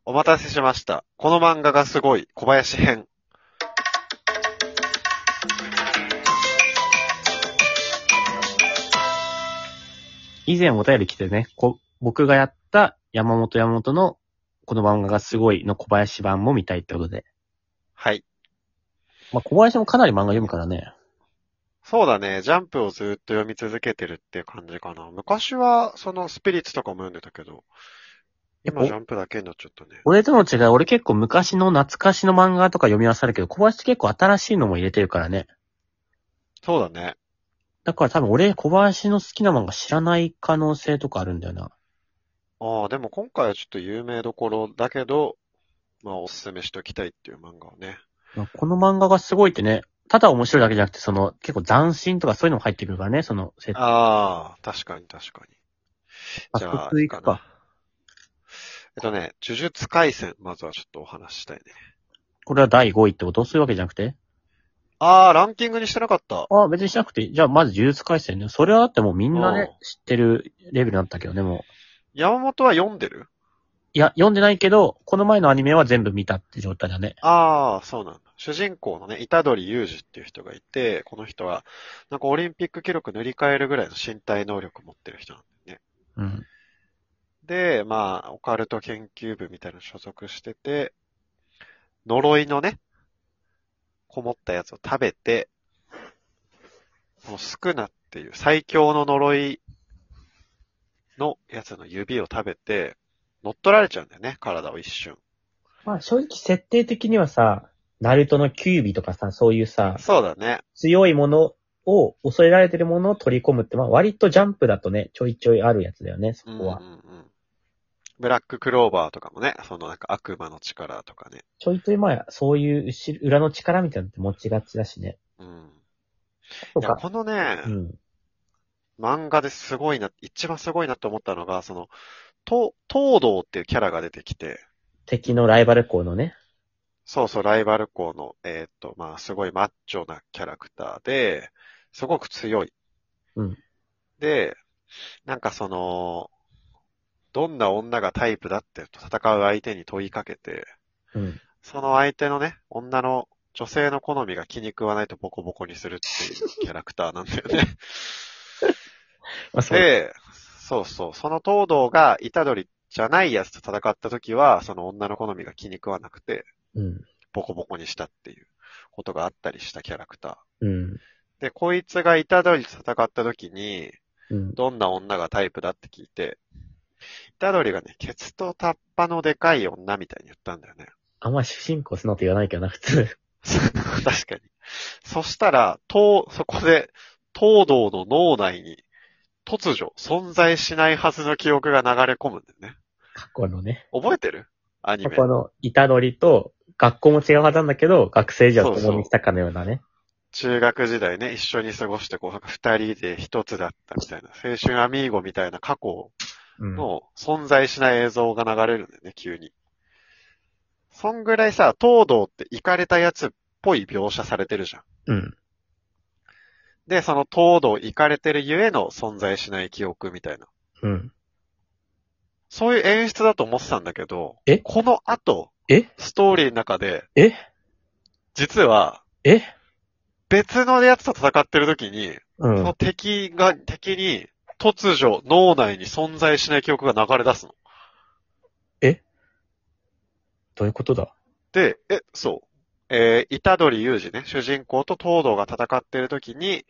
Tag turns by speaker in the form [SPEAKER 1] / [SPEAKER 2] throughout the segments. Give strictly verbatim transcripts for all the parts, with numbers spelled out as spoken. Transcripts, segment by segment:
[SPEAKER 1] お待たせしました。この漫画がすごい、小林編。
[SPEAKER 2] 以前お便り来てね、こ僕がやった山本山本のこの漫画がすごいの小林版も見たいってことで。
[SPEAKER 1] はい。
[SPEAKER 2] まあ、小林もかなり漫画読むからね。
[SPEAKER 1] そうだね。ジャンプをずっと読み続けてるっていう感じかな。昔は、そのスピリッツとかも読んでたけど、今ジャンプだけになっちゃったね。
[SPEAKER 2] 俺との違い、俺結構昔の懐かしの漫画とか読み漁るけど、小林結構新しいのも入れてるからね。
[SPEAKER 1] そうだね。
[SPEAKER 2] だから多分俺小林の好きな漫画知らない可能性とかあるんだよな。
[SPEAKER 1] ああ、でも今回はちょっと有名どころだけど、まあおすすめしときたいっていう漫画をね。
[SPEAKER 2] まあこの漫画がすごいってね、ただ面白いだけじゃなくて、その結構斬新とかそういうのも入ってくるからね、その設定。
[SPEAKER 1] ああ、確かに確かに。じ
[SPEAKER 2] 早
[SPEAKER 1] ゃあ、いいかな。
[SPEAKER 2] 速いくか。
[SPEAKER 1] えっとね、呪術廻戦、まずはちょっとお話ししたいね。
[SPEAKER 2] これはだいごいってことそういうわけじゃなくて
[SPEAKER 1] ああ、ランキングにしてなかった。
[SPEAKER 2] ああ、別にしなくていい。じゃあ、まず呪術廻戦ね。それはだってもうみんなね、
[SPEAKER 1] うん。
[SPEAKER 2] 知ってるレベルだったけどね、もう。
[SPEAKER 1] 山本は読んでる？
[SPEAKER 2] いや、読んでないけど、この前のアニメは全部見たって状態だね。
[SPEAKER 1] ああ、そうなんだ。主人公のね、虎杖裕二っていう人がいて、この人は、なんかオリンピック記録塗り替えるぐらいの身体能力を持ってる人なんだよね。
[SPEAKER 2] うん。
[SPEAKER 1] で、まあ、オカルト研究部みたいなの所属してて、呪いのね、こもったやつを食べて、このスクナっていう最強の呪いのやつの指を食べて、乗っ取られちゃうんだよね、体を一瞬。
[SPEAKER 2] まあ、正直設定的にはさ、ナルトのキュービとかさ、そういうさ、
[SPEAKER 1] そうだね。
[SPEAKER 2] 強いものを、恐れられてるものを取り込むって、まあ、割とジャンプだとね、ちょいちょいあるやつだよね、そ
[SPEAKER 1] うんうんう
[SPEAKER 2] こは。
[SPEAKER 1] ん。ブラッククローバーとかもね、そのなんか悪魔の力とかね。
[SPEAKER 2] ちょいちょいまあ、そういう後裏の力みたいなのって持ちがちだしね。
[SPEAKER 1] うん。いや、
[SPEAKER 2] とか、
[SPEAKER 1] このね、
[SPEAKER 2] うん。
[SPEAKER 1] 漫画ですごいな、一番すごいなって思ったのが、その、と、東堂っていうキャラが出てきて、
[SPEAKER 2] 敵のライバル校のね。
[SPEAKER 1] そうそう、ライバル校の、えーっと、まあ、すごいマッチョなキャラクターで、すごく強い。
[SPEAKER 2] うん。
[SPEAKER 1] で、なんかその、どんな女がタイプだって戦う相手に問いかけて、
[SPEAKER 2] うん。
[SPEAKER 1] その相手のね、女の、女性の好みが気に食わないとボコボコにするっていうキャラクターなんだよね。
[SPEAKER 2] まあ、そう。
[SPEAKER 1] で、そうそう、その東堂が虎杖じゃないやつと戦った時は、その女の好みが気に食わなくて、
[SPEAKER 2] うん。
[SPEAKER 1] ボコボコにしたっていうことがあったりしたキャラクタ
[SPEAKER 2] うん。
[SPEAKER 1] ー。で、こいつが虎杖と戦った時に、
[SPEAKER 2] うん。
[SPEAKER 1] どんな女がタイプだって聞いて、虎杖がね、ケツとタッパのでかい女みたいに言ったんだよね。
[SPEAKER 2] あんま主人公そのって言わないけどな、普通。
[SPEAKER 1] 確かに。そしたら、と、そこで、東堂の脳内に突如存在しないはずの記憶が流れ込むんだよね。
[SPEAKER 2] 過去のね。
[SPEAKER 1] 覚えてる？アニメ。
[SPEAKER 2] 過去の虎杖と、学校も違うはずなんだけど、学生時代を共にしたかのようなね。
[SPEAKER 1] 中学時代ね、一緒に過ごして、こう、二人で一つだったみたいな、青春アミーゴみたいな過去
[SPEAKER 2] うん。
[SPEAKER 1] の存在しない映像が流れるんだよね、急に。そんぐらいさ、東堂ってイカれたやつっぽい描写されてるじゃん。
[SPEAKER 2] うん。
[SPEAKER 1] で、その東堂イカれてるゆえの存在しない記憶みたいな。
[SPEAKER 2] うん。
[SPEAKER 1] そういう演出だと思ってたんだけど、
[SPEAKER 2] え
[SPEAKER 1] この後、
[SPEAKER 2] え
[SPEAKER 1] ストーリーの中で、
[SPEAKER 2] え
[SPEAKER 1] 実は、
[SPEAKER 2] え
[SPEAKER 1] 別のやつと戦ってる時に、
[SPEAKER 2] う
[SPEAKER 1] その
[SPEAKER 2] ん。
[SPEAKER 1] 敵が、敵に、突如脳内に存在しない記憶が流れ出すの。
[SPEAKER 2] えどういうことだ
[SPEAKER 1] で、え、そう。えー、虎杖裕二ね、主人公と東堂が戦ってる時に、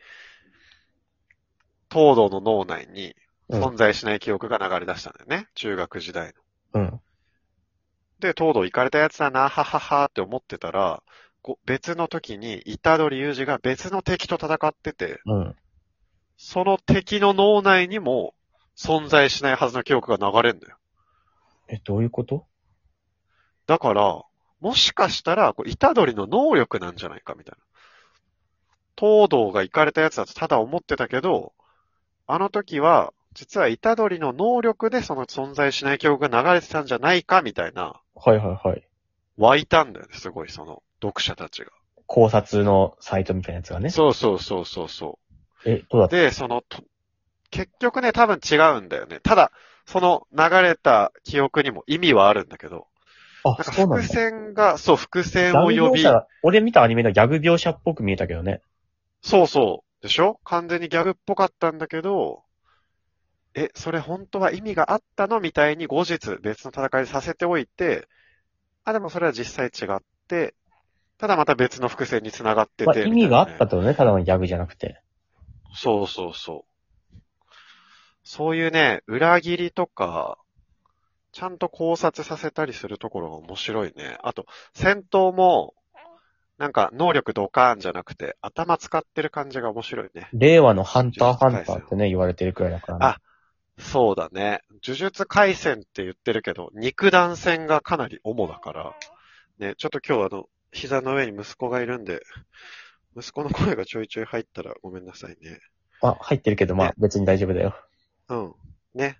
[SPEAKER 1] 東堂の脳内に
[SPEAKER 2] うん。
[SPEAKER 1] 存在しない記憶が流れ出したんだよね。中学時代の。
[SPEAKER 2] うん。
[SPEAKER 1] で、東堂行かれたやつだな、はははって思ってたら、こ別の時に、虎杖裕二が別の敵と戦ってて、
[SPEAKER 2] うん。
[SPEAKER 1] その敵の脳内にも存在しないはずの記憶が流れるんだよ。
[SPEAKER 2] え、どういうこと
[SPEAKER 1] だから、もしかしたら、こう虎杖の能力なんじゃないかみたいな。東堂が行かれたやつだとただ思ってたけど、あの時は、実は虎杖の能力でその存在しない記憶が流れてたんじゃないかみたいな、
[SPEAKER 2] はいはいはい。
[SPEAKER 1] 湧いたんだよね、すごい、その、読者たちが。
[SPEAKER 2] 考察のサイトみたいなやつがね。
[SPEAKER 1] そうそうそうそうそ
[SPEAKER 2] え、どうだ
[SPEAKER 1] う。
[SPEAKER 2] った
[SPEAKER 1] で、その、と結局ね、多分違うんだよね。ただ、その流れた記憶にも意味はあるんだけど、
[SPEAKER 2] あ、
[SPEAKER 1] なんか
[SPEAKER 2] そうなんだ。
[SPEAKER 1] 伏線が、そう、伏
[SPEAKER 2] ギ
[SPEAKER 1] 線
[SPEAKER 2] ャ
[SPEAKER 1] を呼び、
[SPEAKER 2] グ描写、俺見たアニメのギャグ描写っぽく見えたけどね。
[SPEAKER 1] そうそう。でしょ？完全にギャグっぽかったんだけど、え、それ本当は意味があったのみたいに後日別の戦いでさせておいて、あ、でもそれは実際違って、ただまた別の伏線に繋がって
[SPEAKER 2] まあ、
[SPEAKER 1] て、
[SPEAKER 2] 意味があ
[SPEAKER 1] みたいなね。
[SPEAKER 2] ったってことね、ただのギャグじゃなくて。
[SPEAKER 1] そうそうそう。そういうね、裏切りとか、ちゃんと考察させたりするところが面白いね。あと、戦闘も、なんか能力ドカーンじゃなくて、頭使ってる感じが面白いね。
[SPEAKER 2] 令和のハンター
[SPEAKER 1] 呪術
[SPEAKER 2] ハンター
[SPEAKER 1] 廻戦
[SPEAKER 2] ってね、言われてるくらいだからね。
[SPEAKER 1] あ、そうだね。呪術廻戦って言ってるけど、肉弾戦がかなり主だから、ね、ちょっと今日あの、膝の上に息子がいるんで、息子の声がちょいちょい入ったらごめんなさいね。
[SPEAKER 2] あ、入ってるけど、まあ
[SPEAKER 1] ね、
[SPEAKER 2] 別に大丈夫だよ。
[SPEAKER 1] うん。ね。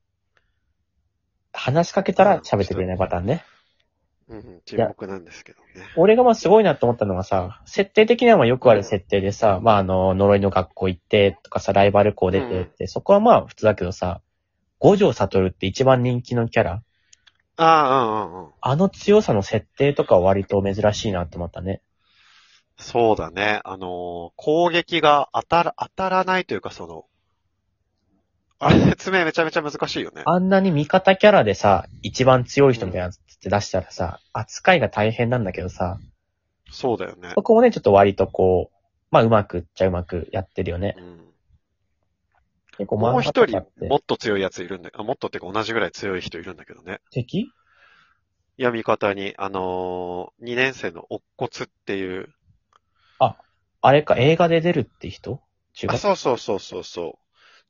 [SPEAKER 2] 話しかけたら喋ってくれないパターンね。
[SPEAKER 1] うん、うん、沈黙なんですけどね。
[SPEAKER 2] 俺がまあすごいなと思ったのはさ、設定的にはまあよくある設定でさ、まああの、呪いの学校行ってとかさ、ライバル校出てって、そこはまあ普通だけどさ、五条悟って一番人気のキャラ、
[SPEAKER 1] ああ、うんうんうん。
[SPEAKER 2] あの強さの設定とかは割と珍しいなと思ったね。
[SPEAKER 1] そうだね。あのー攻撃が当たら、当たらないというかその、あれ説明めちゃめちゃ難しいよね。
[SPEAKER 2] あんなに味方キャラでさ、一番強い人みたいなやつって出したらさ、扱いが大変なんだけどさ、
[SPEAKER 1] そうだよね。
[SPEAKER 2] そこもね、ちょっと割とこう、まあうまくっちゃうまくやってるよね。
[SPEAKER 1] うん。
[SPEAKER 2] 結構
[SPEAKER 1] もう
[SPEAKER 2] 漫画
[SPEAKER 1] 一人
[SPEAKER 2] とかって
[SPEAKER 1] もっと強いやついるんだよ。もっとっていうか同じぐらい強い人いるんだけどね。
[SPEAKER 2] 敵
[SPEAKER 1] いや、味方に、あのー、にねん生の乙骨っていう。
[SPEAKER 2] あ、あれか、映画で出るって人違
[SPEAKER 1] あ、
[SPEAKER 2] う。
[SPEAKER 1] そうそうそうそうそう。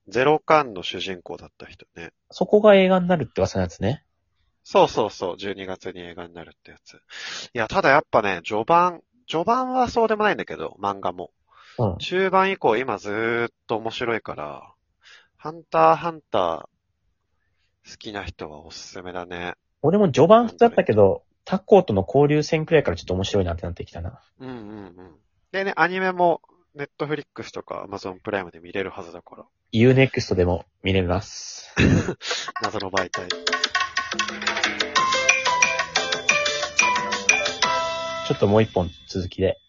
[SPEAKER 1] ゼロ巻の主人公だった人ね。
[SPEAKER 2] そこが映画になるって噂のやつね。
[SPEAKER 1] そうそうそう。じゅうにがつに映画になるってやつ。いや、ただやっぱね、序盤、序盤はそうでもないんだけど、漫画も。
[SPEAKER 2] うん。
[SPEAKER 1] 中盤以降今ずーっと面白いから、ハンターハンター好きな人はおすすめだね。
[SPEAKER 2] 俺も序盤普通だったけど、タコとの交流戦くらいからちょっと面白いなってなってきたな。
[SPEAKER 1] うんうんうん。でね、アニメもネットフリックスとかアマゾンプライムで見れるはずだから。
[SPEAKER 2] ユーネクスト でも見れます。
[SPEAKER 1] 謎の媒体。
[SPEAKER 2] ちょっともう一本続きで。